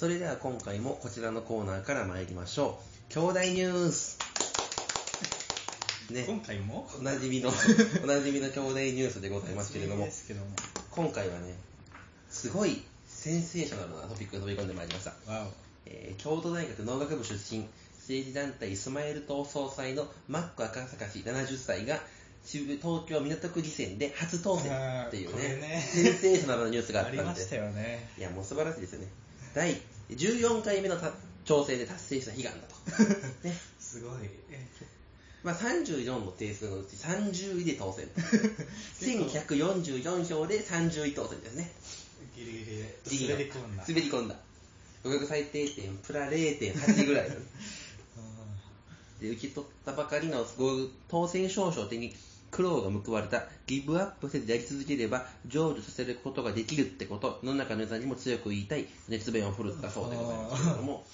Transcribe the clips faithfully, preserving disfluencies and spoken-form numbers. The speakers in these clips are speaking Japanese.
それでは今回もこちらのコーナーから参りましょう。兄弟ニュースね、 今回もおなじみのおなじみの兄弟ニュースでございますけれども、 けども今回はね、すごいセンセーショナルなトピックが飛び込んでまいりました。 わえー、京都大学農学部出身、政治団体スマイル党総裁のマック赤坂氏ななじゅっさいが渋東京港区議選で初当選っていう ね, ねセンセーショナルなニュースがあったんで、 ありましたよね。 いやもう素晴らしいですよね。だいじゅうよんかいめの挑戦で達成した悲願だと、ね、 すごい、 まあ、さんじゅうよんの定数のうちさんじゅういで当選せんひゃくよんじゅうよんひょうでさんじゅうい当選ですね。 ギリギリで滑り込んだ滑り込んだ合格最低点プラ れいてんはち ぐらいので受け取ったばかりの当選証書を手に苦労が報われた。ギブアップせずやり続ければ成就させることができるってこと、世の中の皆さんにも強く言いたい熱弁を振るったそうでございますけれども、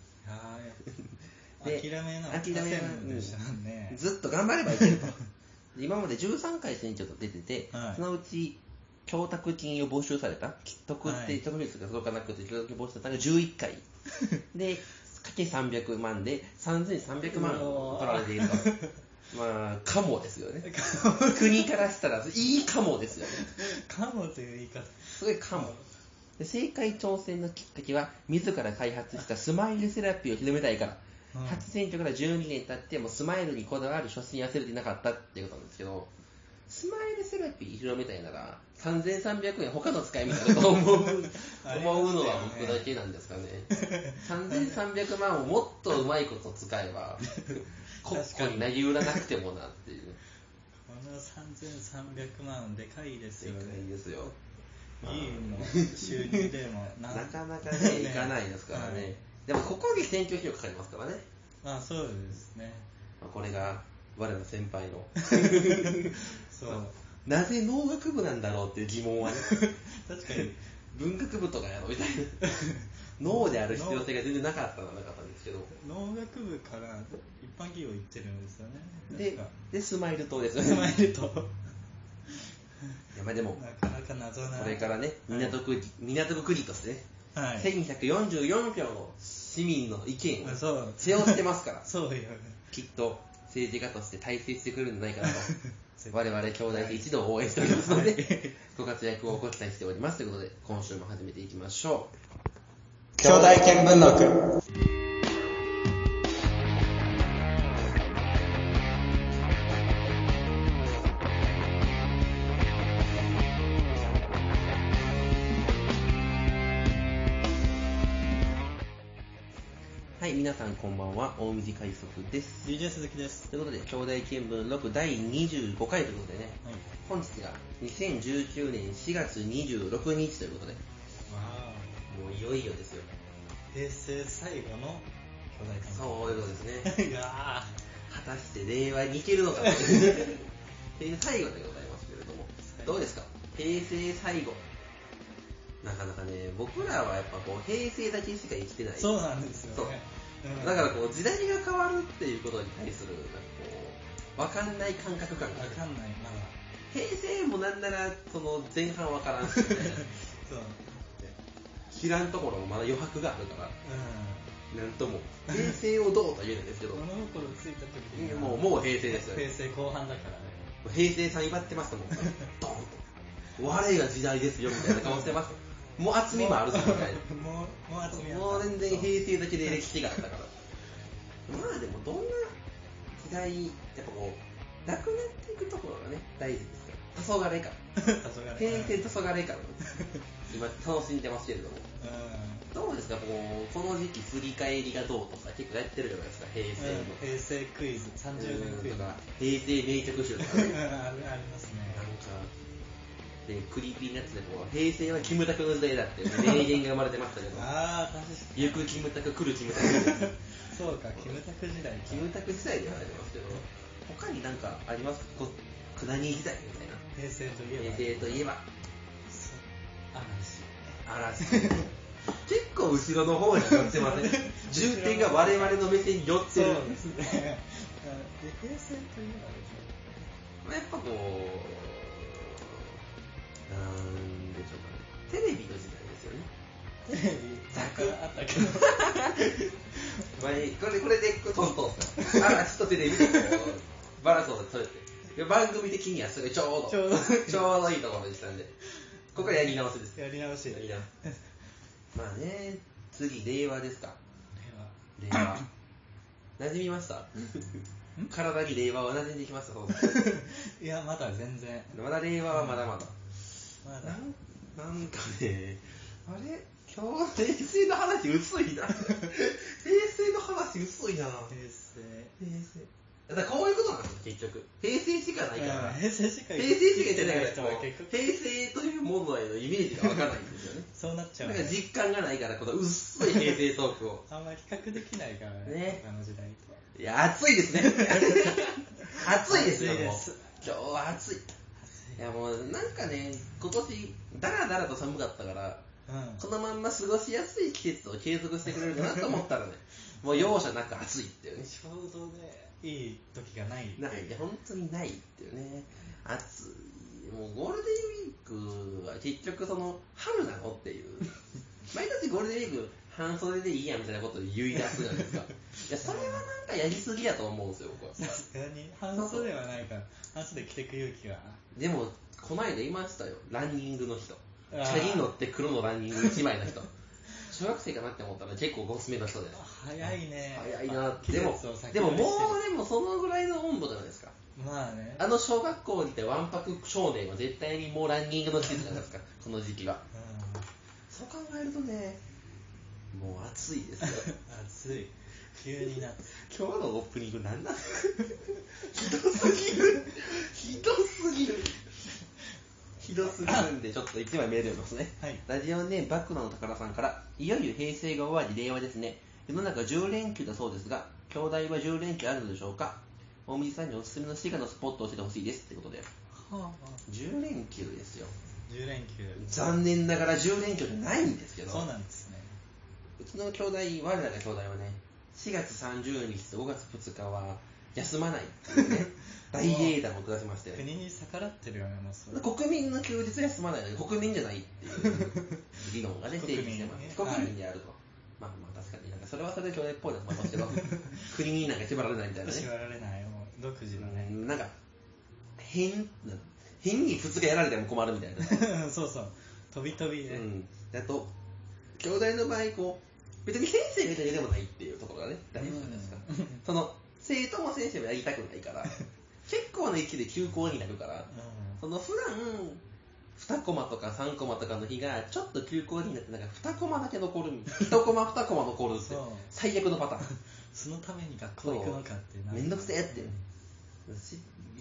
で諦めな諦めでしたね。 ずっと頑張ればいけると今までじゅうさんかい選挙と出てて、 はい、 そのうち供託金を募集された特って特別が届かなくて供託金を募集されたのがじゅういっかいでかけさんびゃくまんでさんぜんさんびゃくまんを取られているとまあカモですよね国からしたらいいカモですよねカモという言い方すごいカモで、政界挑戦のきっかけは自ら開発したスマイルセラピーを広めたいから、うん、初選挙からじゅうにねん経ってもスマイルにこだわる初心に忘れてなかったっていうことなんですけど、スマイルセラピー広めたいならさんぜんさんびゃくえん他の使い道だと思う思うのは僕だけなんですかねさんぜんさんびゃくまんをもっとうまいこと使えば国庫に投げ売らなくてもなっていう。 このさんぜんさんびゃくまんでかいですよね。 でかいですよ。 議員の収入でもな, なかなかねいかないですからね、はい、でもここに選挙費用かかりますからね。 まあそうですね、 まあ、これが我の先輩のそう、 まあ、なぜ農学部なんだろうっていう疑問はね確かに文学部とかやろみたいな農である必要性が全然なかったのはなかったんですけど、 農学部から一般企業行ってるんですよね。 ででスマイル党ですよね。 スマイル党いやまあでもなかなか謎なこれからね港区、はい、港区区議としてね、はい、せんひゃくよんじゅうよんひょうの市民の意見を背負ってますからそうよ、ね、 きっと政治家として大成してくれるんじゃないかなと我々兄弟で一度応援しておりますので、はい、ご活躍をご期待しておりますということで今週も始めていきましょう。兄弟見聞録。はい、皆さんこんばんは、大水海賊です。 ディージェー 鈴木です。 ということで、兄弟見聞録だいにじゅうごかいということでね、はい、本日がにせんじゅうきゅうねんしがつにじゅうろくにちということで、 わもういよいよですよ。 平成最後の兄弟見聞録。 そういうことですね。 いや果たして令和に行けるのかという平成最後でございますけれども、どうですか平成最後。なかなかね、僕らはやっぱこう平成だけしか生きてない。 そうなんですよね。 うん、だからこう時代が変わるっていうことに対するなんかこう分かんない感覚感が、 分かんない、まだ平成もなんならその前半分からんしみたいなそう知らんところもまだ余白があるから、うん、なんとも平成をどうとは言えないですけど物心ついた時にもうもう平成ですよね。 平成後半だからね。 平成さん威張ってましたもんドーンと我が時代ですよみたいな顔してます。もう厚みもあるしみたいな。 もう、もう厚みあった。 もう全然平成だけで歴史があったから。まあでもどんな時代、やっぱこう、なくなっていくところがね、大事ですから。黄昏感。平成黄昏感。今楽しんでますけれども。どうですかこう、この時期振り返りがどうとか結構やってるじゃないですか、平成の。 平成クイズ、さんじゅうねんクイズ。 とか、平成名曲集とかね。 ありますね。 なんかでクリーピーナッツでこう平成はキムタクの時代だって名言が生まれてましたけどああ確かに行くキムタク来るキムタクそうかキムタク時代キムタク時代で言われてますけど他になんかありますこクナニー時代みたいな平成といえば平成といえば嵐嵐結構後ろの方に寄ってません重点が我々の目線に寄ってるそうですね平成といえばですねやっぱこうなんでしょうかねテレビの時代ですよねテレビざくあったっけど前これこれでトントンするあちょっと手で見てこうバランスを取れてで番組的にはすごいちょうどちょうどちょうどいいところでしたんでここからやり直しですやり直しやり直しまあね次令和ですか令令和馴染みました体に令和は馴染んできましたそうです和いやまだ全然まだ令和はまだまだまだなんなんかねあれ今日平成の話薄いな平成の話薄いな平成平成だからこういうことなんですよ結局平成しかないから平成しか平成しか言ってないから人は結局平成というものへのイメージがわからないんですよねそうなっちゃう、 だから実感がないからこの薄い平成トークをあんまり比較できないからねね他の時代といや暑いですね暑いですよ暑いですもう今日は暑いいやもうなんかね今年だらだらと寒かったからうん、 このまんま過ごしやすい季節を継続してくれるかなと思ったらねもう容赦なく暑いっていうねちょうどねいい時がないないいや本当にないっていうね暑いもうゴールデンウィークは結局その春なのっていう毎年ゴールデンウィーク半袖でいいやみたいなことを言い出すじゃないですかいやそれはなんかやりすぎやと思うんですよ僕はさすがに半袖はないから半袖着てく勇気はでもこの間いましたよランニングの人チあーャリに乗って黒のランニングいちまいの人小学生かなって思ったら結構ごつめの人で早いね早いな季でも節を先でももう取りしてでもそのぐらいの温度じゃないですかるまあねあの小学校にいたわんぱく少年は絶対にもうランニングの季節じゃないですかこの時期はうそう考えるとねもう暑いですよん暑い急にな今日のオープニング何なんですかひどすぎるひどすぎるひどすぎるんでちょっといちまいメール読みますね、 はいラジオネームバックナの宝さんからいよいよ平成が終わり令和ですね世の中じゅう連休だそうですが兄弟はじゅう連休あるのでしょうか大水さんにおすすめの滋賀のスポットを教えてほしいですということではあ、はあ、 じゅう連休ですよじゅう連休残念ながらじゅう連休じゃないんですけどそうなんですねうちの兄弟我らが兄弟はねしがつさんじゅうにちとごがつふつかは休まないっていうね大英断を下しまして国に逆らってるよねもうそれ国民の休日休まないのに国民じゃないっていう議論がね国民定義してますね国民であると、はい、まあまあ確かになんかそれはそれで兄弟っぽいなと思いますけど国になんか縛られないみたいなね縛られないもう独自のねうんなんか変変にふつかやられても困るみたいなそうそう飛び飛びで、 うん、だと兄弟の場合こう別に先生がやりたいでもないっていうところがね大事じゃないですか、うん、その生徒も先生もやりたくないから結構な位置で休校になるから、うん、その普段にコマとかさんコマとかの日がちょっと休校になってなんかにコマだけ残るいちコマにコマ残るって最悪のパターンそのために学校行くのかってめんどくせえって、うん、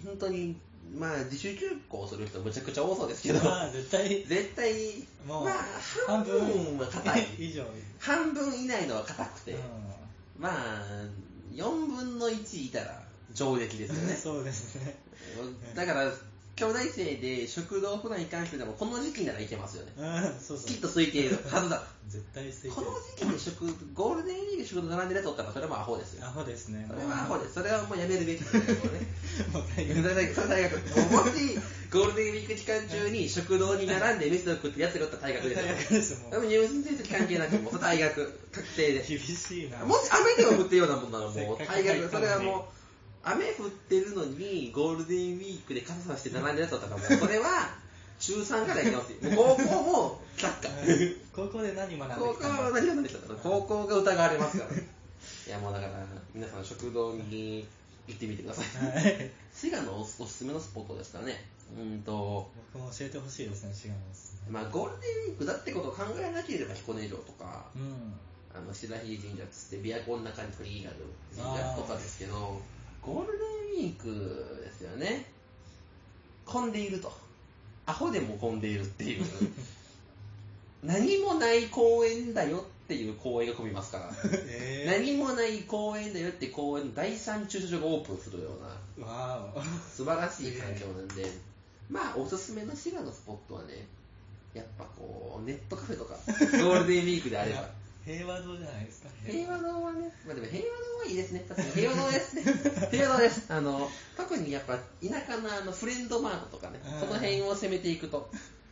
本当にまあ自主休校する人むちゃくちゃ多そうですけど、 まあ絶対絶対もうまあ半分は硬い以上半分以内のは硬くて、 うん、 まあよんぶんのいちいたら上出来ですよねそうですねだから兄弟生で食堂普段行かん人でもこの時期なら行けますよね、 うん、そうそうきっと空いているはずだ絶対空いてるこの時期で食ゴールデンウィーク食堂並んでるやつおったらそれはもうアホですよアホですねそれはアホですそれはもうやめるべきですよねもう大学大学それ大学もしゴールデンウィーク期間中に食堂に並んで飯を食ってやつがおったら大学ですよ大学ですもんでも入試成績関係なくもう大学確定で厳しいなもし雨でも降ってるようなもんならもう大学それはもうう雨降ってるのにゴールデンウィークで傘さして並んでるやつだったらもうそれは中さんから行きますよもう高校もサッカー高校で何学んできた高校は何学んできたか高校が疑われますからいやもうだから皆さん食堂に行ってみてください、はい、滋賀のおすすめのスポットですからねうんと僕も教えてほしいですね滋賀のおすすめまあゴールデンウィークだってことを考えなければ彦根城とか、 うん、 あの白ひ神社っつって琵琶湖の中に鳥居がある神社とかですけどゴールデンウィークですよね混んでいるとアホでも混んでいるっていう何もない公園だよっていう公園が混みますから、えー、何もない公園だよって公園の第三駐車場がオープンするようなわ素晴らしい環境なんで、えー、まあおすすめの滋賀のスポットはねやっぱこうネットカフェとかゴールデンウィークであれば平和堂じゃないですか平和堂はね、まあ、でも平和堂はいいですね確かに平和堂ですね平和堂ですあの特にやっぱ田舎のあのフレンドマートとかねその辺を攻めていくと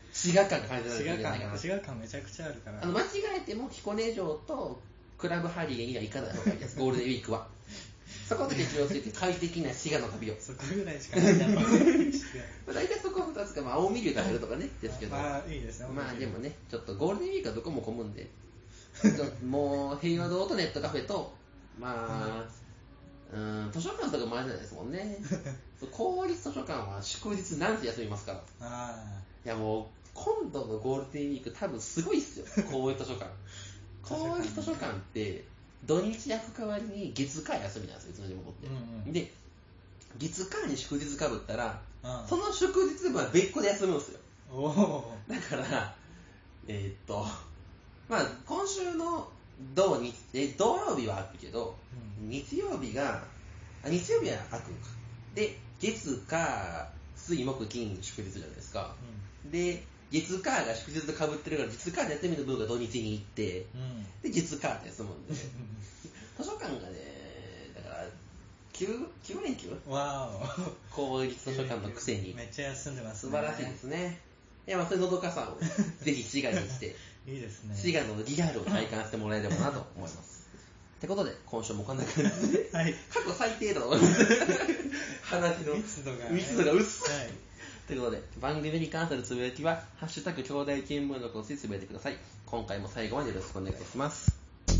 滋賀感感じられ滋賀るんじゃないかな。 感滋賀感めちゃくちゃあるから。 あの間違えても彦根城とクラブハリエには行かない方がいいです、ゴールデンウィークは。そこだけ気をつけて快適な滋賀の旅を。 そこぐらいしかないだろう。 大体そこふたつか、まあ、青み竜が入るとかね、ですけど。 まあいいですね。 まあでもね、ちょっとゴールデンウィークはどこも混むんで、もう平和堂とネットカフェと、まあ、うん、図書館とかもあるじゃないですもんね。公立図書館は祝日なんて休みますから。 あいやもう、今度のゴールデンウィーク多分すごいっすよ、公立図書館。公立図書館って、土日焼く代わりに月火休みなんですよ、いつの日もとって、うんうん。で、月火に祝日かぶったら、うん、その祝日は別個で休むんですよ。おだから、えー、っと、まあ、今週の土日、え土曜日は開くけど、うん、日曜日が、あ、日曜日は開くのか。で、月火水木金祝日じゃないですか。うん、で、月火が祝日とかぶってるから、月火でやってみる分が土日に行って、うん、で、月火って休むんで、図書館がね、だから、きゅう連休わー公立図書館のくせに。 めっちゃ休んでますね。素晴らしいですね。いや、まあ、それのどかさを、ぜひ滋賀に来て、 いいですね。 滋賀のリアルを体感してもらえればなと思います。ってことで、今週もこんな感じで、はい、過去最低だと思います。話の密度が、ね、 密度が薄い。はい、ということで、番組に関するつぶやきは、ハッシュタグ兄弟見聞録をしてつぶやいてください。今回も最後までよろしくお願いします。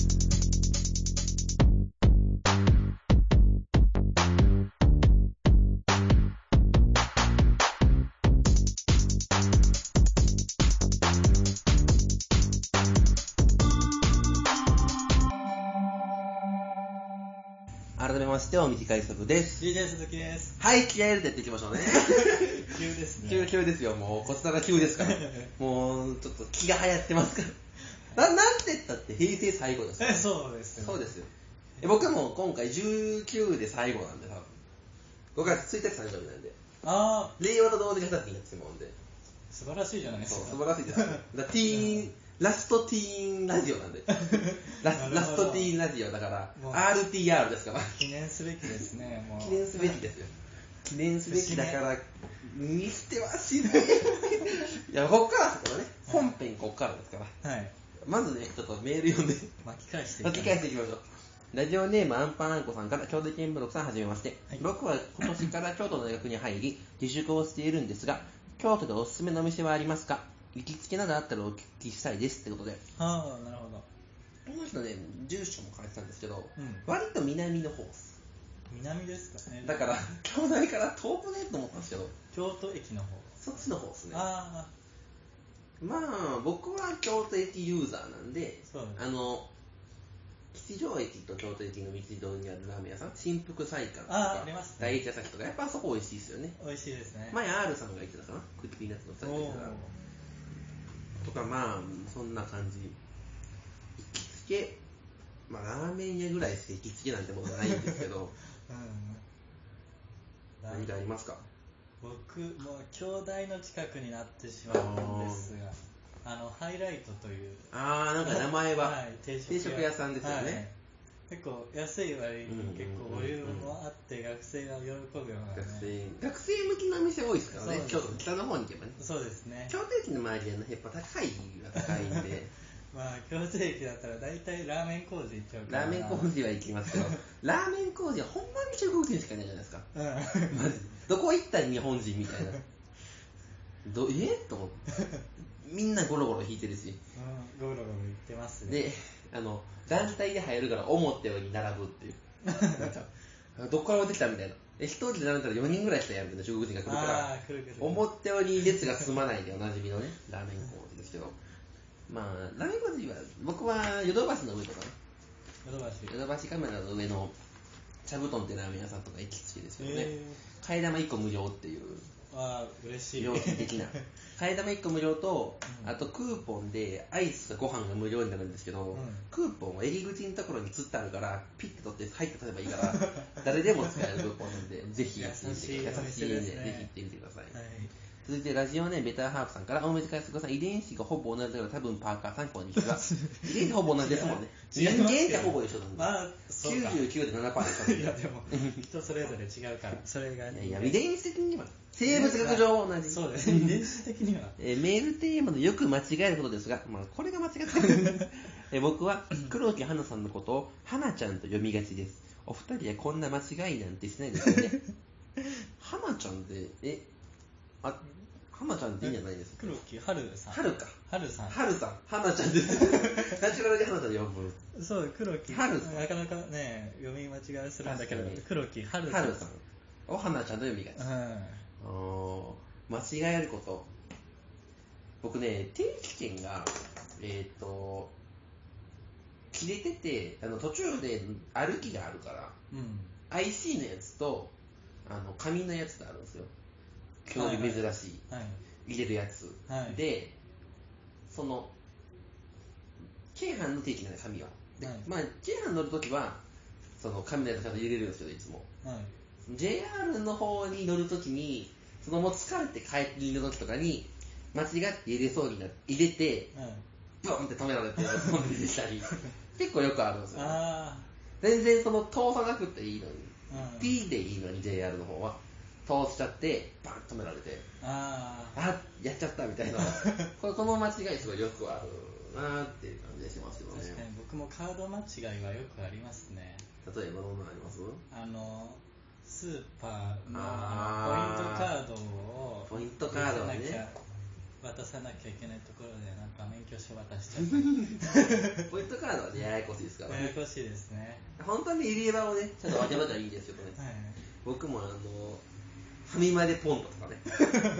改めまして、お短い速です。 ジージェー 鈴木です。 はい、気合い入れてやっていきましょうね。 急ですね。 急、急ですよ。もう、こちらが急ですから。もう、ちょっと気が流行ってますから。な、なんて言ったって平成最後ですから、 ね。そうですよ。 そうですよ。僕も今回じゅうきゅうで最後なんで、多分。ごがつついたち誕生日なんで。ああ。令和と同時にふたつになってしまうんで。 素晴らしいじゃないですか。 そう、素晴らしいです。だティーン、ラストティーンラジオなんで。ラ, ラストティーンラジオだから、アールティーアール ですから。 記念すべきですね、もう。 記念すべきですよ。記念すべきだから、見捨てはしない。いや、こっからですからね。本編こっからですから。はい。まずね、ちょっとメール読んで。 巻き返していきましょう。巻き返していきましょう。ラジオネームアンパンあんこさんから、京都見聞録さんはじめまして、はい。僕は今年から京都の大学に入り、自粛をしているんですが、京都でおすすめのお店はありますか？行きつけなどあったらお聞きしたいですってことで。 ああ、なるほど。 この人ね、住所も書いてたんですけど、うん、割と南の方です。 南ですかね。 だから、京大から遠くねと思ったんですけど。 京都駅の方。 そっちの方ですね。 ああ。 まあ、僕は京都駅ユーザーなんで、そうですね、あの、吉祥駅と京都駅の道沿いにあるラーメン屋さん、新福菜館とか、第一朝日とか、やっぱあそこ美味しいですよね。 美味しいですね。 前 R さんが言ってたかな、クッキーナッツのさっき言ってたとか、まあ、そんな感じ。行きつけ、まあ、ラーメン屋ぐらいしか行きつけなんてものないんですけど、うん、何かありますか？ 僕、もう、京大の近くになってしまうんですが、あの、ハイライトという。 あー、なんか名前は、はい、 定食屋, 定食屋さんですよね。はい、 結構安い割に結構ボリュームもあって学生が喜ぶような、ね、 学生学生向きのお店多いですからね。京都北の方に行けばね。 そうですね。 京都駅の周りはね、やっぱ高いは高いんで。 まあ京都駅だったら大体ラーメン工事行っちゃうから。 ラーメン工事は行きますけど、ラーメン工事はほんまに中国人しかいないじゃないですか。うん。マジで。どこ行ったら日本人みたいな。どえと思って。みんなゴロゴロ引いてるし。 うん、ゴロゴロ言ってますね。 で、あの、団体で入るから思ったように並ぶっていう。なんか、どこから持ってきたみたいな。え、一人で並んだらよにんぐらいしかやるみたいな中国人が来るから、 来る来る思ったように列が進まないでおなじみのね、ラーメン工事ですけど。まあ、ラーメン工事は、僕はヨドバシの上とかね。 ヨドバシ。 ヨドバシカメラの上の、茶布団ってラーメン屋さんとか行きつけですけどね。替え玉いっこ無料っていう。 ああ、嬉しい。 料金的な。替え玉いっこ無料と、うん、あとクーポンでアイスとご飯が無料になるんですけど、うん、クーポンは入り口のところに釣ってあるから、ピッて取って入って取ればいいから、誰でも使えるクーポンなんで、ぜひやってみてください。優しいんで、ぜひ行ってみてください。はい、続いてラジオネームベターハーフさんから、大水海賊さん、遺伝子がほぼ同じだから多分パーカーさんこんにちは。遺伝子ほぼ同じですもんね。人間ってほぼ一緒なんで。まあ、きゅうじゅうきゅうてんななパーセント でしょ。 いやでも、人それぞれ違うから、それが、ね。 いやいや、遺伝子的には生物学上同じ。 そうですね、遺伝子的には。 えーメールテーマでよく間違えることですが、まあ、これが間違ってる。えー僕は黒木花さんのことを花ちゃんと読みがちです。お二人はこんな間違いなんてしないですよね。花ちゃんで、え、あ、花ちゃんでいいんじゃないですか。 黒木春さん。 春か。 春さん。 春さん。花ちゃんです。ナチュラルで花ちゃんで呼ぶ。 そう、黒木春さん。 なかなかね、読み間違いするんだけど、黒木春さん。 春さんを花ちゃんと読みがち。 うん。 あ間違えること。僕ね、定期券が、えっ、ー、と、切れてて、あの途中で歩きがあるから、うん、アイシー のやつと、あの紙のやつがあるんですよ。今日珍しい、はいはい、入れるやつ。はい、で、その、京阪の定期なんで、紙は。で、はい、まあ、京阪乗るときは、その紙のやつちゃんと入れれるんですよ、いつも。はい、ジェイアール の方に乗るときに、そのもう疲れて帰りのときとかに、間違って入れそうになって、入れて、はい、ブンって止められて、飛んでしたり、結構よくあるんですよ、ね。あ全然その通さなくていいのに、うん、P でいいのに ジェイアール の方は、通しちゃって、バンと止められて、ああ、やっちゃったみたいな、この間違いすごいよくあるなーっていう感じがしますけどね。 確かに僕もカード間違いはよくありますね。 例えばどんなのあります？ あの、スーパーのポイントカードをポイントカードはね渡さなきゃいけないところでなんか免許証渡しちゃったポイントカードはねややこしいですからね。ややこしいですね。 本当に入れ歯をねちゃんと分けまたらいいんですけどね、はい、僕もあのファミマでポンとかね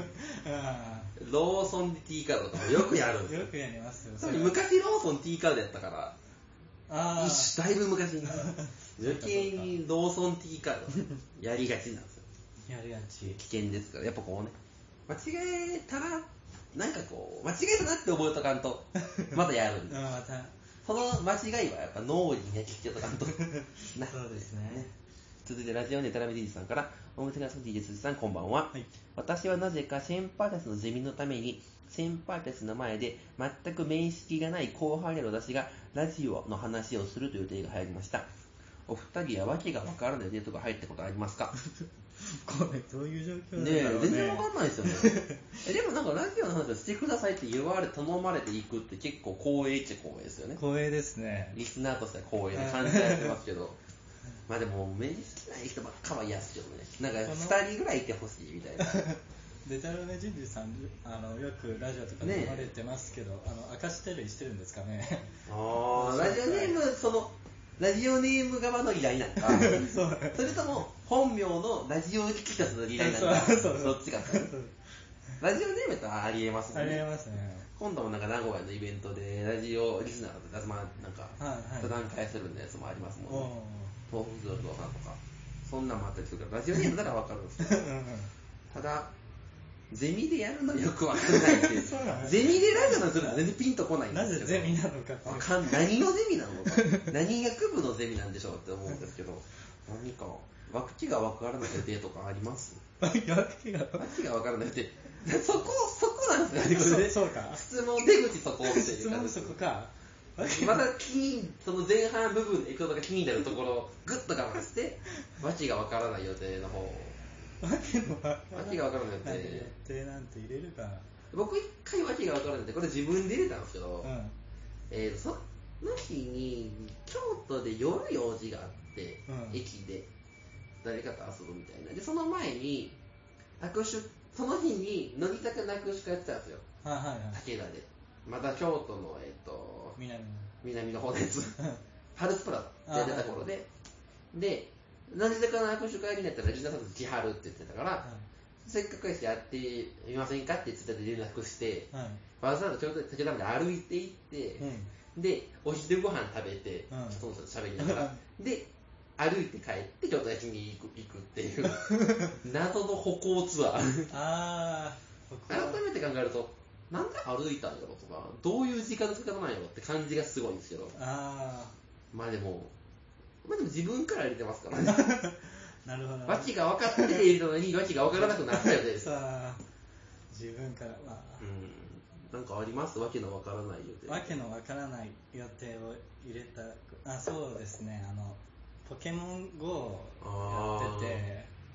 ローソンで T カードとかもよくやるんですよ。 よくやりますよ。 昔ローソン T カードやったからあ一だいぶ昔に余計にローソン T カードやりがちなんですよ。 やりがち。 危険ですからやっぱこうね間違えたらなんかこう間違えたなって覚えとかんとまたやるんですまたその間違いはやっぱ脳に焼き付けとかんとそうですね。 続いてラジオネタラミ D さんからおもてなし ディージェー 鈴木さんこんばんは、はい、私はなぜか先輩たちのゼミのために先輩たちの前で全く面識がない後輩である私がラジオの話をするという予定が入りました。お二人は訳が分からないデートが入ったことありますか？ これどういう状況なんだろうね。 ねえ全然分かんないですよねえでもなんかラジオの話をしてくださいって言われ頼まれていくって結構光栄っちゃ光栄ですよね。 光栄ですね。 リスナーとしては光栄な感じでやってますけどまあでも面識ない人ばっかは嫌っすよね。なんかふたりぐらいいてほしいみたいなデタラメ人事さんあのよくラジオとかで読まれてますけど、ね、あの明かしてるしてるんですかね。 ああラジオネームそのラジオネーム側の依頼なんかそ, それとも本名のラジオ聞き方の依頼なんかどっちかラジオネームとはありえますね。 ありえますね。 今度もなんか名古屋のイベントでラジオリスナーとか、まあ、なんか座談会するんでやつもありますもんね。東北自動車さんとかそんなんもあったりするからラジオネームなら分かるんですけどただゼミでやるのよくわかんないっていうゼミでラジオのするの全然ピンとこないんですけどなぜゼミなのかわかん何のゼミなのか何学部のゼミなんでしょうって思うんですけど何か枠がわからない予定とかあります？ 枠が枠がわからない予定そこそこなんですかね。 そうか質問出口そこっていう質問そこかまた気にその前半部分でいくのが気になるところをグッと我慢して訳がわからない予定の方を訳のわ訳がわからない予定予定なんて入れるかな。 僕一回訳がわからないってこれ自分で入れたんですけど、うんえー、その日に京都で夜用事があって、うん、駅で誰かと遊ぶみたいなでその前に握手その日に乃木坂の握手会やってたんですよ、はいはいはい、武田でまた京都の、えー、と 南, 南の方のやつハルスプラってやってた頃でで乃木坂の握手会になったらリナさんと来はるって言ってたから、はい、せっかくですやってみませんかってツイッターで連絡して、はい、わざわざ京都武田まで歩いて行って、うん、でお昼ご飯食べて、うん、その人と喋りながらで歩いて帰って京都焼きに行く、行くっていう謎の歩行ツアーあ改めて考えるとなんで歩いたんやろとかどういう時間の使い方なんやろって感じがすごいんですけどあまあでもまあでも自分から入れてますからねなるほど訳が分かって入れたのに訳が分からなくなったようです自分からまあうんなんかあります訳の分からない予定訳の分からない予定を入れたあそうですねあのポケモン ゴー やってて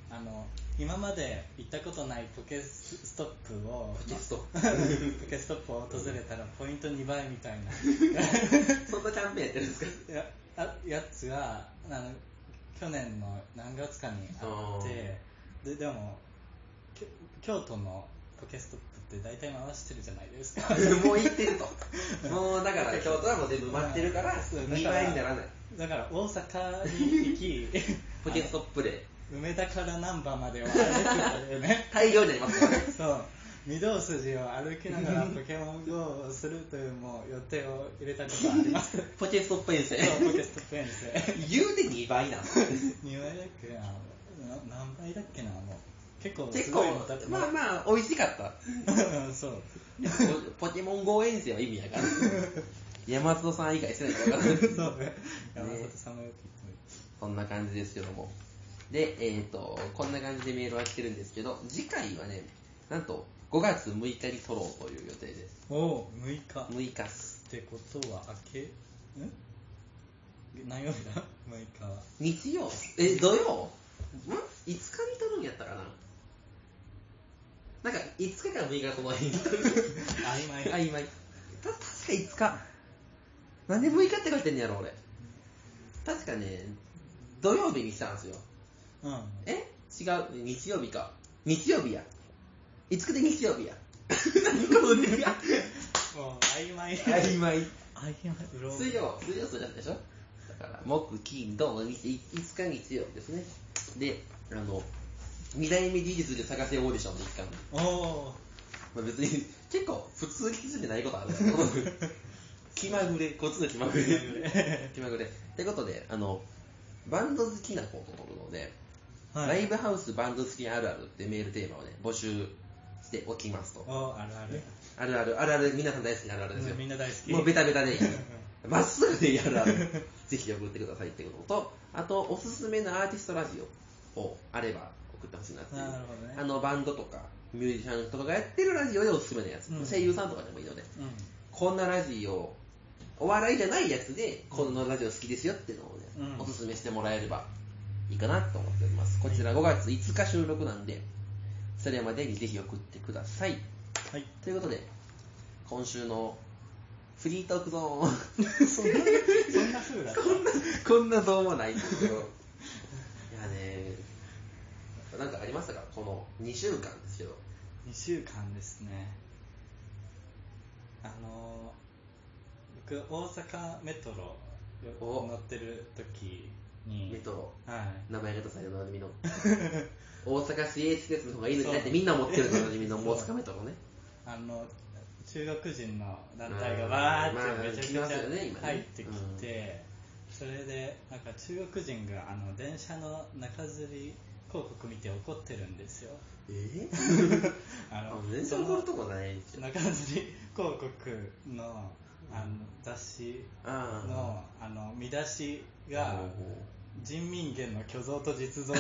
あの今まで行ったことないポケストップをポケストポケストップを訪れたらポイントにばいみたいなそんなキャンペーンやってるんですか？ やあやつがあの去年の何月かにあってででも京都のポケストップって大体回してるじゃないですかもう行ってるともうだから京都はもう全部埋まってるからにばいにならない。 だから大阪に行きポケストップで梅田から難波までを歩くというね大量になりますよねそう御堂筋を歩きながらポケモン GO をするというもう予定を入れたことがありますポケストップ遠征そうポケストップ遠征言うてにばいなんにばいだっけな何倍だっけなもう結構結すごい構のだってまあまあ美味しかったそうポケモン GO 遠征は意味やから山里さん以外してないから分からそうね山里さんもよく言ってるそんな感じですけどもでえっ、ー、とこんな感じでメールは来てるんですけど次回はねなんとごがつむいかに撮ろうという予定です。 おおむいかむいかっすってことは明けん何曜日だむいかは日曜え土曜んいつかに撮るんやったかななんかいつかからむいかその辺に撮る曖昧曖昧た確かいつかなんでむいかって書いてんねやろ俺確かね土曜日にしたんですよ。 うん、 え違う日曜日か日曜日やいつかで日曜日や何このねやもう曖昧曖昧曖昧うろ水曜水曜そうじゃないでしょだから木金土日いつか日曜ですねであのに代目技術で探せオーディションでいっかんおお、 まあ、別に結構普通に気づいてないことあるんだけど気まぐれこっちの気まぐれ気まぐれってことであのバンド好きな子と撮るので、はい、ライブハウスバンド好きあるあるってメールテーマをね募集しておきますと。 おあるあるあるあるあるある皆さん大好きなあるあるですよ、 うん、みんな大好きもうベタベタでいいまっすぐでいいあるあるぜひ送ってくださいってこととあとおすすめのアーティストラジオをあれば送ってほしいなっていう。 なるほど、ね、あのバンドとかミュージシャンとかがやってるラジオでおすすめのやつ、うん、声優さんとかでもいいので、うん、こんなラジオお笑いじゃないやつでこのラジオ好きですよっていうのをね、うん、おすすめしてもらえればいいかなと思っております。こちらごがついつか収録なんでそれまでにぜひ送ってください、はい、ということで今週のフリートークゾーンそんなそんな風だったこんなこんなどうもないんですけどいやねなんかありましたかこのにしゅうかんですけど。 にしゅうかんですね。あの僕大阪メトロ乗ってる時にメトロ、 はい、 名前が出されるのなじみの大阪市営施設の方がいいのになってみんな思ってるのなじみの大阪メトロね。 あの中国人の団体がわーってめちゃくちゃ入ってきて、それでなんか中国人があの電車の中吊り広告見て怒ってるんですよ。 えー、あの全然怒るとこないんですよ。 中吊り広告のあの雑誌のあの見出しが人民元の虚像と実像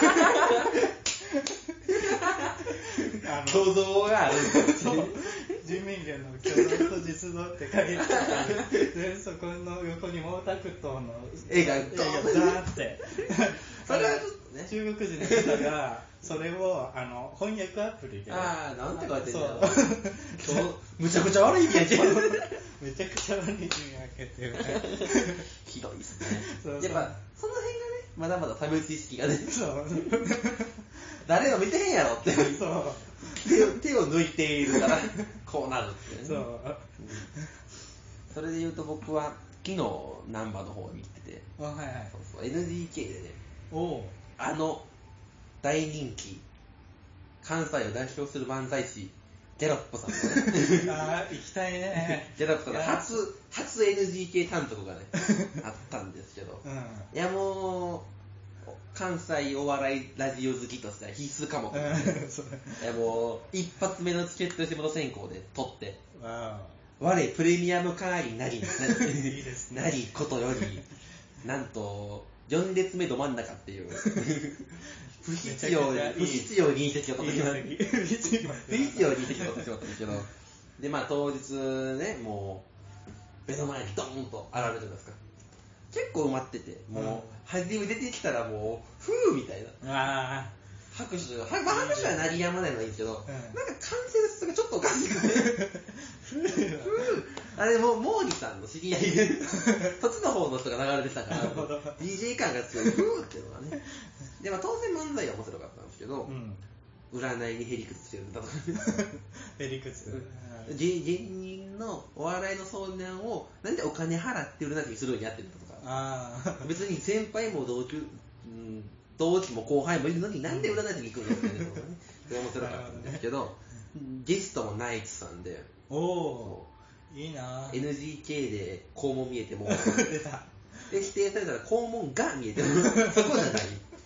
虚像があるそう人民元の虚像と実像って書いてあるでそこの横に毛沢東の絵がザーってそれはちょっとね中国人の方がそれをあの翻訳アプリでああなんて書いてんだろうむちゃくちゃ悪い意味やけどめちゃくちゃ悪い意味やけどひどいっすね。そうそうやっぱその辺がねまだまだ差別意識がねそう誰も見てへんやろってそう手を手を抜いているからこうなるってね。そう、うん、それで言うと僕は昨日難波の方に行ってて、 あ、はいはい、 そうそう エヌジーケー でねおあの大人気関西を代表する漫才師ギャロップさんのねあー行きたいねギャロップさんの初初 エヌジーケー 単独がねあったんですけど、うん、いやもう関西お笑いラジオ好きとしては必須かも、うん、いやもう一発目のチケット吉本選考で取って我プレミアム会員なりいいですね、なりことよりなんとよん列目ど真ん中っていう不必要に不必要に席を取ってしまった不必要に席を取ってしまったんですけどでまあ当日ねもう目の前にドーンと現れてるんですか結構埋まっててもう、うん、初め出てきたらもうふーみたいなあ拍手が、まあ、拍手は鳴りやまないのはいいんですけど、うん、なんか関節がちょっとおかしくてあれも毛利さんの知り合いでそっちの方の人が流れてたから ディージェー 感が強いフーっていうのがねで、まあ、当然漫才は面白かったんですけど、うん、占いにへりくつしてるんだとかへりくつ芸人のお笑いの相談をなんでお金払って占いにするようにやってるんだとかあ別に先輩も同級、うん同期も後輩もいるのになんで占いに行くのっていうのがね面白かったんですけど、ゲストもナイツさんでおおいいなエヌジーケー で肛門見えても出たで否定されたら肛門が見えてるそこじゃないで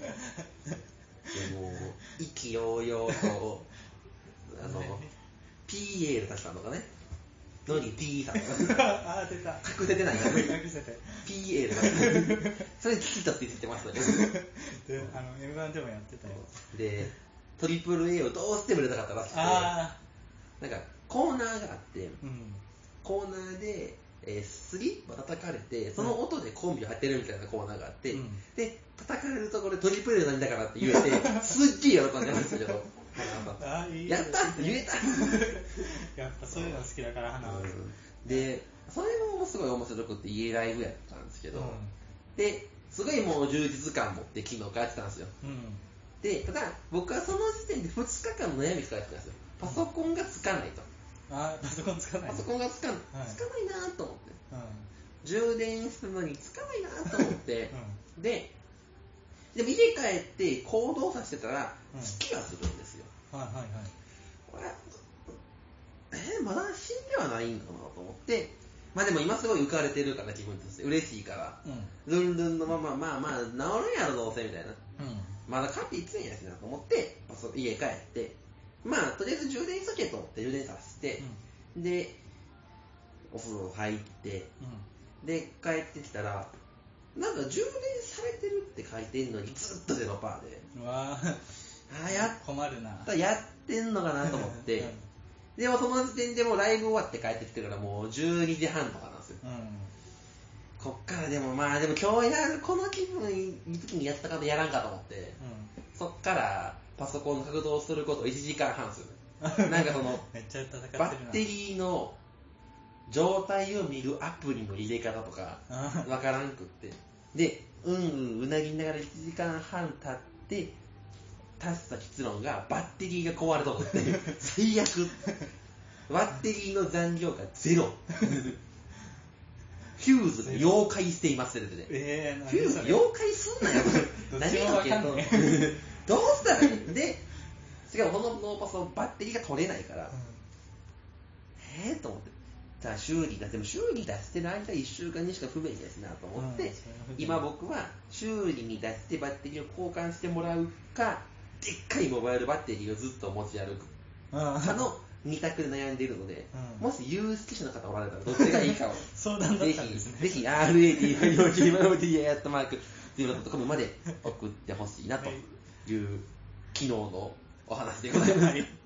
も意気揚々とあのピーエー ル出したのかねのに P さんがあ出た隠せてないから隠せてピーエー ル出したそれ聞いたって言ってましたねであの エムワン でもやってたよでトリプル A をどうしても入れたかったらしくてあなんかコーナーがあって、うん、コーナーで、えー、スリッパ叩かれてその音でコンビを当てるみたいなコーナーがあって、うん、で叩かれるところでトリプル A なんだからって言えてすっげえ喜んでましたけどあいいやったって言えたやっぱそういうの好きだから花は、うん、 でそれもすごい面白くて家ライブやったんですけど、うん、ですごいもう充実感持って昨日帰ってたんですよ、うん、でただ僕はその時点でふつかかんの悩み抱えてたんですよパソコンがつかないと、 うん、あパソコンつかないパソコンがつかない、はい、つかないなと思って、うん、充電するのにつかないなと思って、うん、ででも家帰って行動させてたらつきはするんですよ、うん、はいはいはいこれえー、まだ死んではないんかなと思ってまあでも今すごい浮かれてるから自分として嬉しいから、うん、ルンルンのまままあまあ治るんやろどうせみたいな、うん、まだ帰っていつんやしなと思って家帰ってまあとりあえず充電しとけと思って充電させて、うん、でお風呂入って、うん、で帰ってきたらなんか充電されてるって書いてんのにずっとゼロパーでうわあや困るなやってんのかなと思って、うんでもその時点でもうライブ終わって帰ってきてからもうじゅうにじはんとかなんですよ、うん、こっからでもまあでも今日やるこの気分いい時にやったからやらんかと思って、うん、そっからパソコン駆動することいちじかんはんするなんかそのめっちゃ戦ってるなバッテリーの状態を見るアプリの入れ方とかわからんくってでうんうんうなぎながらいちじかんはん経って足した結論がバッテリーが壊れと思って最悪バッテリーの残量がゼロフューズが溶解していますって出てて、えー、フューズ溶解すんなよ何がけどどうしたらいいでしかもこのノーパソバッテリーが取れないから、うん、えーと思ってじゃあ修理だでも修理出してる間いっしゅうかんにしか不便ですなと思って、うん、今僕は修理に出してバッテリーを交換してもらうかでっかいモバイルバッテリーをずっと持ち歩くかのに択で悩んでいるので、うん、もし有識者の方おられたらどっちがいいかを相談だったんですねぜひぜひ アールエーティー よんじゅうまん アットマーク ゼロ ドット コム まで送ってほしいなという、昨日のお話でございます、はい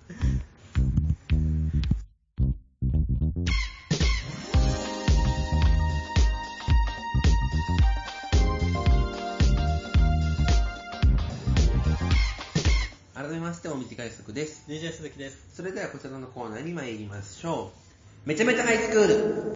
改めましてお短い速です。 ディージェー 鈴木です。 それではこちらのコーナーに参りましょう。めちゃめちゃハイスクール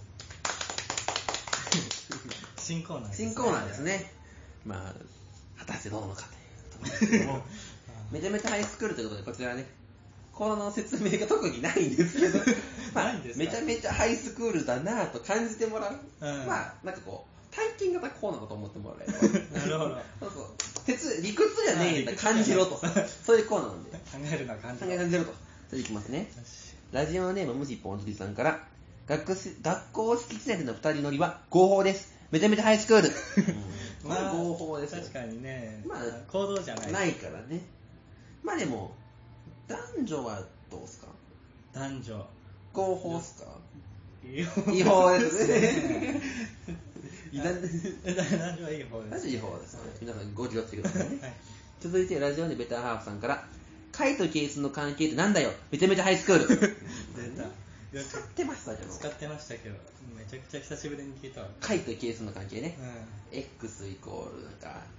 新コーナーですね。 新コーナーですね。まあ果たしてどうなのかというところですけどもめちゃめちゃハイスクールということでこちらねコーナーの説明が特にないんですけどまあめちゃめちゃハイスクールだなと感じてもらう、うん、まあなんかこう体験型コーナーだと思ってもらえればなるほどそうそう鉄理屈じゃねえんだ感じろとそういうコーナーなんで考えるな感じろ考え感じろとそれいきますね。ラジオネームむしぽんじりさんから学学校敷地内でのふたり乗りは合法です。めちゃめちゃハイスクール、うん、まあ合法ですよ。 確かにね、まあ、行動じゃないないからね。まあでも男女はどうですか。 男女合法ですか。 違法ですね男女はいい方です。 男女いい方ですね。皆さんご気をつけくださいね、はい、続いてラジオネームベターハーフさんから貝とケースの関係ってなんだよめちゃめちゃハイスクール出た使ってましたけど使ってましたけどめちゃくちゃ久しぶりに聞いたわ。 貝とケースの関係ね、うん、X イコールなんか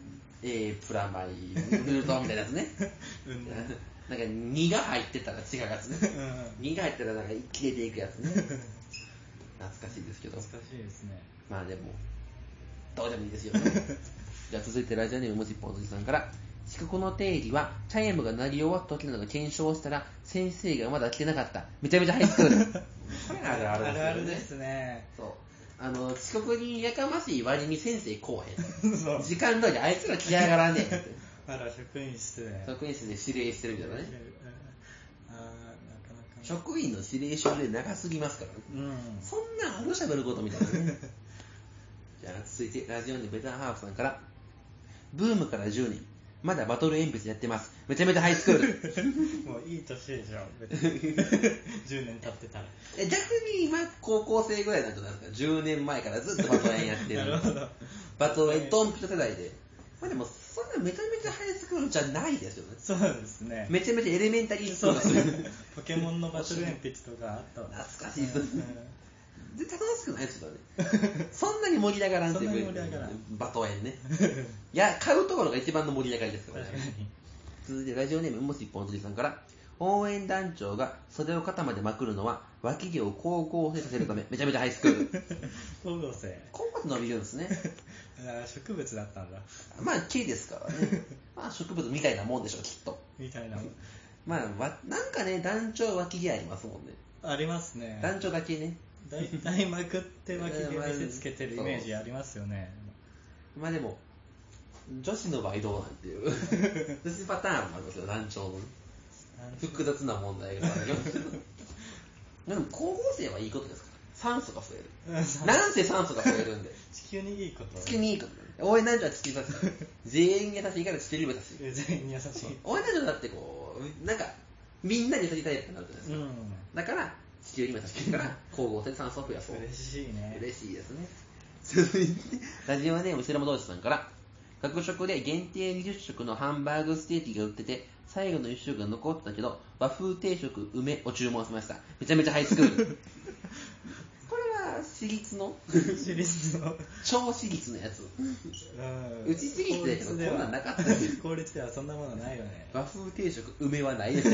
A プラマイルートみたいなやつねうんなんかにが入ってたら違うやつねにが入ったらなんか切れていくやつね懐かしいですけど懐かしいですねまあでもどうでもいいですよねじゃあ続いてラジオネームもちっぽんおじさんから遅刻の定義はチャイムが鳴り終わった時などが検証したら先生がまだ来てなかっためちゃめちゃハイスクールこれあるあるですよね。 あるあるですねそうあの遅刻にやかましい割に先生来へんそう時間通りあいつら来やがらねえってあら職員室で職員室で指令してるみたいなねあなかなか職員の指令書で長すぎますからね、うん、そんなあるしゃべることみたいなねじゃあ続いてラジオネームベターハーフさんからブームからじゅうねんまだバトル鉛筆やってますめちゃめちゃハイスクールもういい年でしょ別にじゅうねん経ってたら逆に今高校生ぐらいなんじゃないですかじゅうねんまえからずっとバトル鉛やってるなるほどバトル鉛ドンピシャ世代でまあでもそんなめちゃめちゃハイスクールじゃないですよねそうですねめちゃめちゃエレメンタリースクールそうですねポケモンのバトル鉛筆とかあったわ懐かしいですね絶対楽しくないですよねそんなに盛り上がらんっていうバトエンねいや買うところが一番の盛り上がりですからね続いてラジオネームもし一本鳥さんから応援団長が袖を肩までまくるのは脇毛を光合成させるためめちゃめちゃハイスクール光合成光合成伸びるんですね植物だったんだまあ木ですからねまあ植物みたいなもんでしょうきっとみたいなまあわなんかね団長脇毛ありますもんねありますね団長だけねだいたいまくって脇毛見せつけてるイメージありますよねまあでも女子の場合どうなんていう女子パターンもありますよ団長の複雑な問題がありますけどでも光合成はいいことですから酸素が増えるなんせ酸素が増えるんで地球にいいこと地球にいいこと応援団長は地球に優しい全員に優しいから地球にも優しい全員に優しい応援団長だってこうなんかみんなに優しいタイプになるじゃないですか、うん、だから地球にも優しいから光合成で酸素を増やそう嬉しいね嬉しいですね続いてラジオネーム後ろも同士さんから学食で限定にじゅっしょくのハンバーグステーキが売ってて最後のいっしょくが残ってたけど和風定食梅を注文しましためちゃめちゃハイスクールこれは私立の私立の超私立のやつうち私立だけどこんなんなかったです公立ではそんなものないよね和風定食梅はないです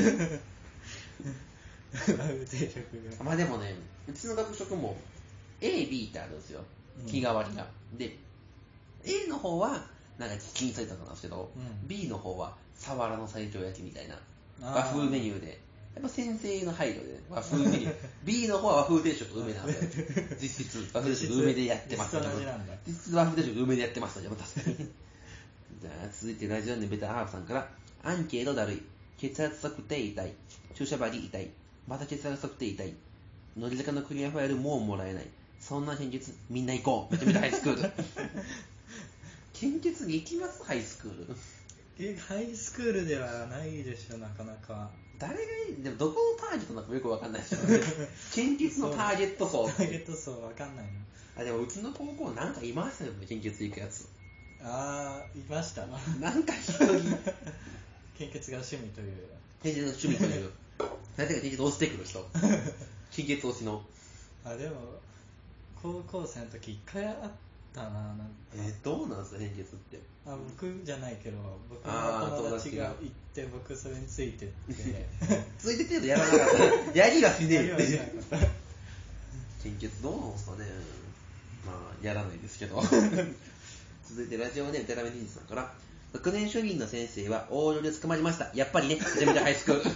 和風定食まあでもねうちの学食も エービー ってあるんですよ日替わりが、うん、で A の方はなんかチキンサイダーなんですけど、うん、B の方はサワラの西京焼きみたいな和風メニューでやっぱ先生の配慮で和風メニューB の方は和風定食梅なんで実質和風定食梅でやってます実質実質和風定食梅でやってましたじゃあ確かにじゃあ続いてラジオネームベターハーフさんからアンケートだるい血圧測定痛い注射針痛いまた血圧測定痛い乗り坂のクリアファイルもうもらえないそんな献血みんな行こうめちゃめちゃハイスクール献血に行きますハイスクールえハイスクールではないでしょなかなか誰がいいでもどこのターゲットなのかよくわかんないですよね献血のターゲット層ターゲット層わかんないのあでもうちの高校なんかいましたよね献血行くやつあーいましたなんか一人献血が趣味という献血の趣味というなぜか献血押してくる人献血推しのあでも高校生の時一回あったななんかえー、どうなんですか献血ってあ僕じゃないけど僕の友達が行って僕それについてってついてって言うとやらなかったやりがしねえって献血どうなんですかねまあやらないですけど続いてラジオネームテラメニーズさんから学年主任の先生は横領で捕まりましたやっぱりねめちゃめちゃハイスクール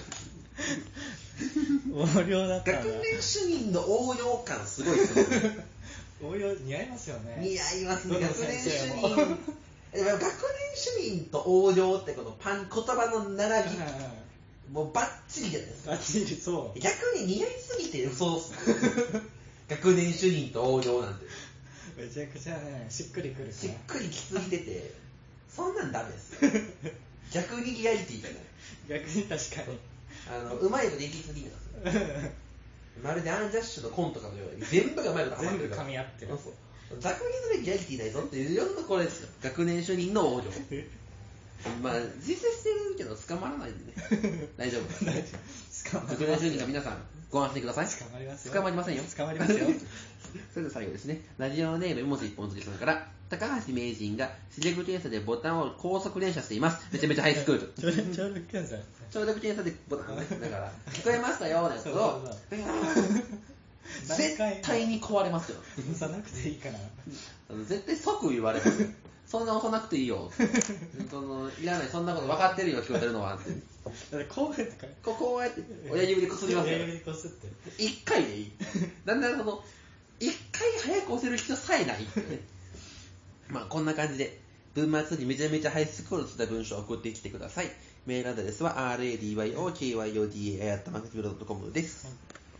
横領だったんだ学年主任の横領感すごいですよね横領似合いますよね似合いますね学年主任でも学年主任と横領ってこのパン言葉の並びもうバッチリじゃないですかバッチリそう逆に似合いすぎて嘘っす学年主任と横領なんてめちゃくちゃねしっくりくるしっくりきすぎててそんなんダメです逆にリアリティじゃない逆に確かにあのうまいことできすぎなんですよまるでアンジャッシュのコントかのように全部がうまいことハマってるから全部噛み合ってる学年のリアリティないぞっていうようなこれですよ学年主任の横領まあ実際してるけど捕まらないんでね大丈夫大丈夫学年主任の皆さんご安心ください捕まりますよ捕まりませんよ捕まりますよそれで最後ですね。ラジオネームもし一本釣りさんから、高橋名人が視力検査でボタンを高速連射しています。めちゃめちゃハイスクール。 聴力検査聴力検査でボタンね。だから、聞こえましたよのやつを、絶対に壊れますよ。 押さなくていいかな。 絶対即言われますよ。そんな押さなくていいよ。そのいらない、そんなこと分かってるよ、聞こえてるのはって。 だってこうやってここうやって親指でこすりますよ。 親指でこすって。 一回でいい。だんだんその、一回早く押せる人さえないっていうね。まあこんな感じで、文末にめちゃめちゃハイスクールとした文章を送ってきてください。メールアドレスは アールエーディーワイオーケーワイオーディーエー アットマークジメールドットコム です。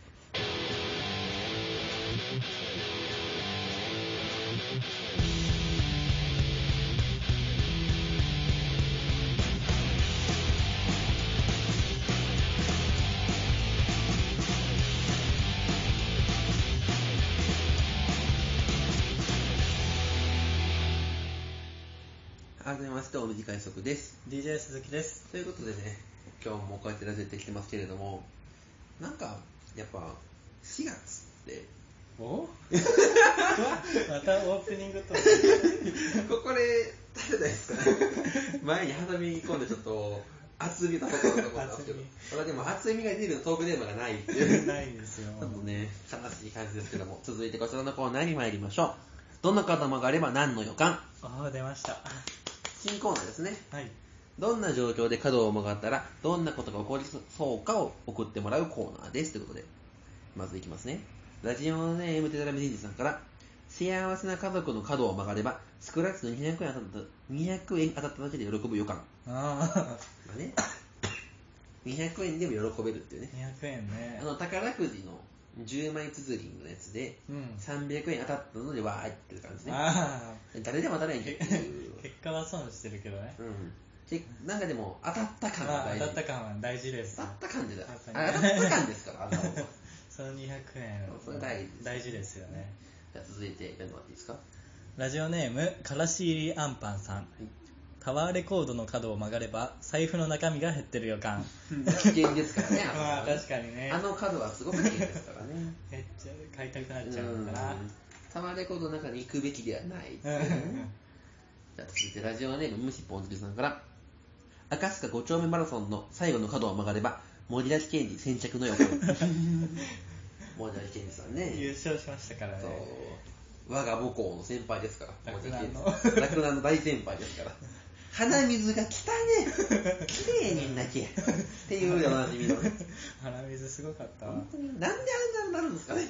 改めまして、お短い速です。 ディージェー 鈴木です。 ということでね、今日もこうやってラジオやってきてますけれども、なんか、やっぱ、しがつって、 おまたオープニングとここで食べたいですかね。前に挟み込んでちょっと厚みたところだと思ったんですけど、ただでも厚みが出るトークテーマがないっていうないんですよ。 ちょっとね、悲しい感じですけども、続いてこちらのコーナーに参りましょう。どんな方もがあれば何の予感。 ああ、出ました。 新コーナーですね。 はい。 どんな状況で角を曲がったらどんなことが起こりそうかを送ってもらうコーナーですということで、まずいきますね。ラジオネームテトラミジンジさんから、幸せな家族の角を曲がればスクラッチのにひゃくえん当たったにひゃくえん当たっただけで喜ぶ予感。 ああ、 まあね、にひゃくえんでも喜べるっていうね。 にひゃくえんね。 あの宝くじのじゅうまいつづりのやつで、うん、さんびゃくえん当たったのでわーいっていう感じね。あ誰でも当たらへんけど結果は損してるけどね。 うん、なんかでも当たった感は大事。 当たった感は大事です。 当たった感じだ。当たった感ですから、あのそのにひゃくえんそれ大事です、 大事ですよね。 じゃあ続いて読んでもらっていいですか。 ラジオネームからし入りあんパンさん、はい、タワーレコードの角を曲がれば財布の中身が減ってる予感。 危険ですからね。 まあ確かにね、 あの角はすごく危険ですからね。 減っちゃう、買いたくなっちゃうのかな。 タワーレコードの中に行くべきではない、ね、じゃあ続いてラジオネームむしぽんずりさんから、赤塚ご丁目マラソンの最後の角を曲がれば森崎健児先着の予感。森崎健児さんね、 優勝しましたからね。 そう我が母校の先輩ですから、 洛南の洛南の大先輩ですから。鼻水が汚ね、きれいになきゃっていうおなじみのね。 鼻水すごかったわ。 本当になんであんなになるんですかね。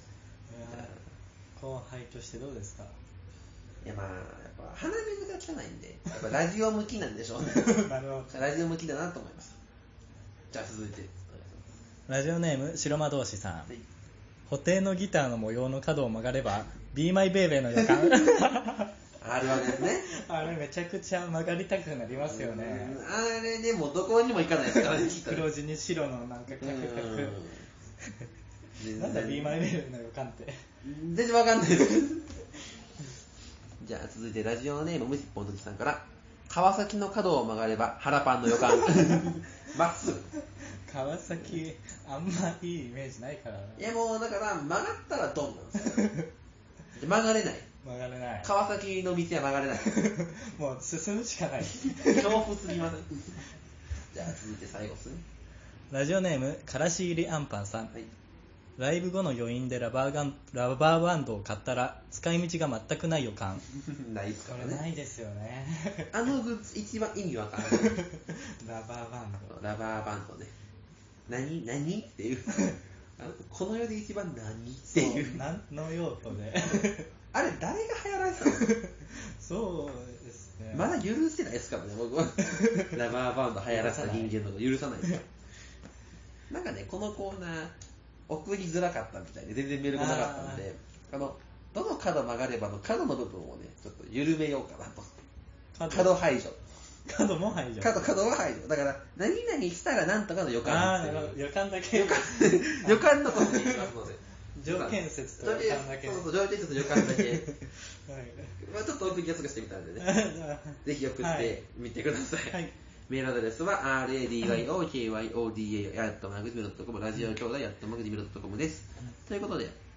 後輩としてどうですか。 いやまあやっぱ鼻水が汚いんで、やっぱラジオ向きなんでしょうね。 なるほど。 ラジオ向きだなと思います。じゃあ続いてラジオネーム白魔道士さん、はい、布袋のギターの模様の角を曲がれば Be My Baby の予感。 あるわけですね。 あれめちゃくちゃ曲がりたくなりますよね。 あれでもどこにも行かないですからね。 黒地に白のなんかカクカク。なんだ Be My Baby の予感って。 全然わかんないです。じゃあ続いてラジオネームむしっぽんときさんから、川崎の角を曲がれば腹パンの予感。まっすぐ。 川崎あんまいいイメージないからな。 いやもうだから曲がったらドンなんですよ。曲がれない。 曲がれない。 川崎の道は曲がれない。 もう進むしかない。 恐怖すぎません。じゃあ続いて最後ですね。 ラジオネームからし入りあんパンさん、はい、ライブ後の余韻でラバーガンラバーバンドを買ったら使い道が全くない予感。 ないっすからね。 ないですよね。 あのグッズ一番意味わかんない。 ラバーバンド。 ラバーバンドね。何何っていう。この世で一番何っていう。 何の用途で。 あれ誰が流行らせたの。 そうですね。 まだ許してないですからね、僕は。ラバーバンド流行らせた人間のこと許さないですから。なんかね、このコーナー送りづらかったみたいで全然メールがなかったので、あのどの角曲がればの角の部分をねちょっと緩めようかなと。角排除。 角も排除。 角角は排除。だから何々したらなんとかの予感っていう。 ああ、予感だけ。 予感予感のことに言いますので。 条件説と予感だけ。 そうそう、条件説と予感だけ。はい。まあちょっと送りやすくしてみたんでね。ぜひ送ってみてください。はい。メールアドレスは アールエーディーワイオーケーワイオーディーエー アットマークジメルドットコム、ラジオ兄弟アットマークジメルドットコムです。ということで、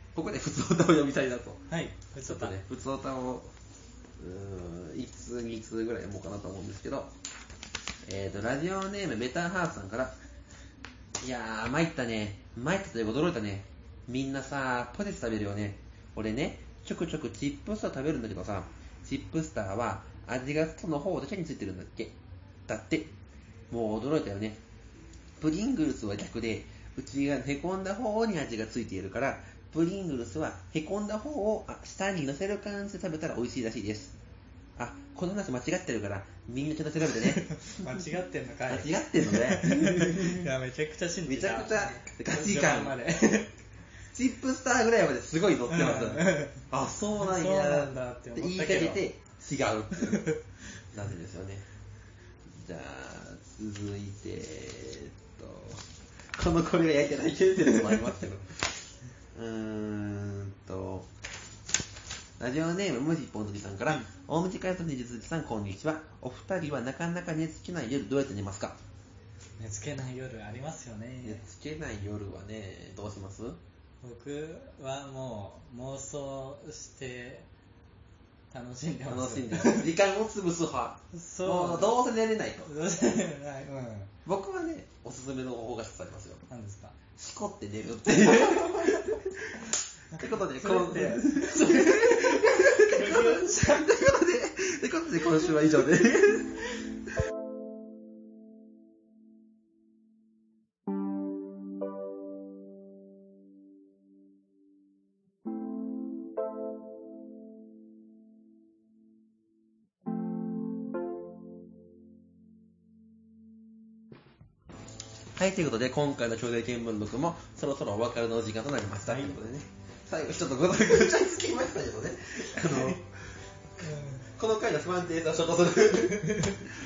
ここで普通歌を読みたいなと。 はい、普通歌。 ちょっとね、普通歌を、うーん、いち通、に通ぐらい読もうかなと思うんですけど、えーと、ラジオネームベターハーフさんから、いやー、参ったね。参ったというか驚いたね。みんなさ、ポテチ食べるよね。俺ね、ちょくちょくチップスター食べるんだけどさ、チップスターは味が外の方だけについてるんだっけ。だって、もう驚いたよね。プリングルスは逆で、内側のへこんだ方に味がついているから、プリングルスはへこんだ方を下に乗せる感じで食べたら美味しいらしいです。あ、この話間違ってるから、みんなちょっと調べてね。 間違ってんのかい。 間違ってんのね。 いや、めちゃくちゃ信じた。 めちゃくちゃガチ感。チップスターぐらいまですごい乗ってますよね。あ、そうなんや。 そうなんだって思ったけど。 言いかけて違うっていう。なんでですよね。じゃあ、続いて、えっと、このこれが焼けないっていうのもありますけど。うーんと、ラジオネームむじぽんずきさんから、うん、大道会とねじつきさんこんにちは。お二人はなかなか寝つけない夜どうやって寝ますか？ 寝つけない夜ありますよね。 寝つけない夜はね、どうします？ 僕はもう妄想して楽しんでます。 楽しんでます。時間を潰す派。そう。もうどうせ寝れないと。 どうせ寝れない。うん。 僕はね、おすすめの方法が一つありますよ。 何ですか？ しこって寝るっていう。ってことで、この、ということで、ということで今週は以上で。はい、ということで今回の兄弟見聞録もそろそろお別れのお時間となりました、はい、ということでね、最後ちょっとごちゃつきましたけどね、あの、うん、この回の不安定さをちょっとする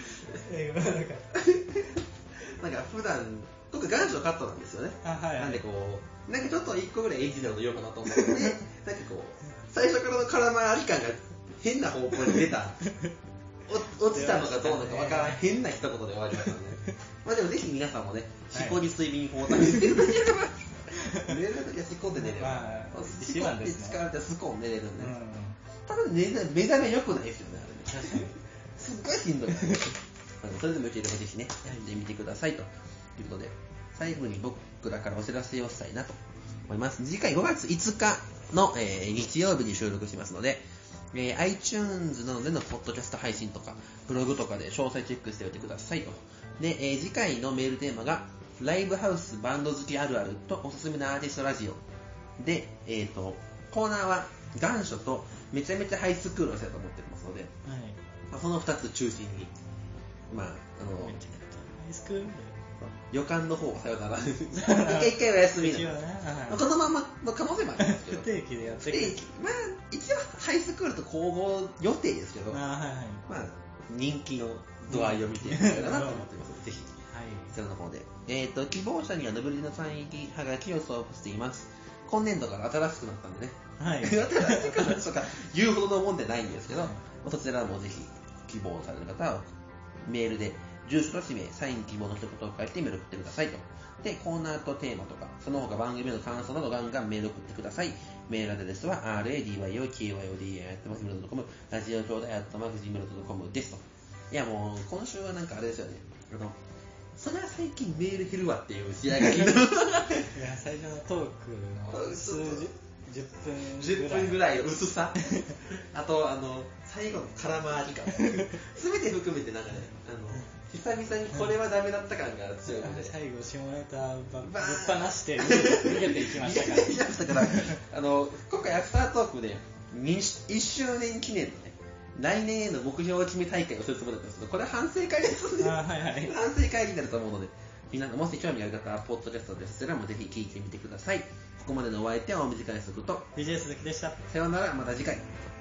なんか普段今回願書カットなんですよね。あ、はいはい、なんでこうなんかちょっといっこぐらいエッジなこと言おうかなと思ってなんかこう最初からの空回り感が変な方向に出た落ちたのかどうなのかわからない変な一言で終わりましたね。まあでもぜひ皆さんもね、しこり睡眠法を試していただければ、寝るときはしこって寝れば、しこって使われたらスコン寝れるんで、ただ目覚め良くないですよね、あれね。確かに。すっごいしんどい。それでもよければぜひね、やってみてくださいということで、最後に僕らからお知らせをしたいなと思います。次回ごがついつかの、えー、日曜日に収録しますので、えー、iTunes などでのポッドキャスト配信とかブログとかで詳細チェックしておいてくださいと。で、えー、次回のメールテーマがライブハウスバンド好きあるあるとおすすめのアーティストラジオで、えーと、コーナーは願書とめちゃめちゃハイスクールをしたいと思ってますので、はい、まあ、そのふたつ中心に、まあ、あのめちゃめちゃハイスクール予感の方はさよなら一回一回お休みなので、ね、このままの可能性もありますけど不定期でやってくる。 まあ一応ハイスクールと交互予定ですけど、あ、 はいはい、 まあ人気の度合いを見ていただけたらなと思っていますので、ぜひはい、 こちらの方で、えーと、希望者にはノブリのサイン入りはがきを送付しています。今年度から新しくなったんでね、はい、新しくなったとか言うほどのもんでないんですけど、はい、そちらもぜひ希望される方はメールで住所と氏名、サイン希望の一言を書いてメール送ってくださいと。で、コーナーとテーマとか、その他番組の感想などガンガンメール送ってください。メールアドレスは アールエーディーワイオーケーワイオーディーエー アットマークジーメールドットコム、ラジオ兄弟アットマークジーメールドットコムですと。いやもう、今週はなんかあれですよね。あの、それは最近メール減るわっていう試合がいや、 最初のトークの数十分じゅっぷんぐらいの薄さあと、あの、最後の空回り感すべて含めてなんかね、あの、久々にこれはダメだった感が強いので、 最後下ネタぶっ放して逃げていきましたから逃げていきましたからあの今回アフタートークでいっしゅうねん記念のね来年への目標決め大会をするつもりだったんですけど、これは反省会ですね。 あ、はいはい、 反省会になると思うので、みんなもし興味ある方はポッドキャストでそちらもぜひ聞いてみてください。ここまでのお相手はお短い速とディージェー 鈴木でした。 さようなら、また次回。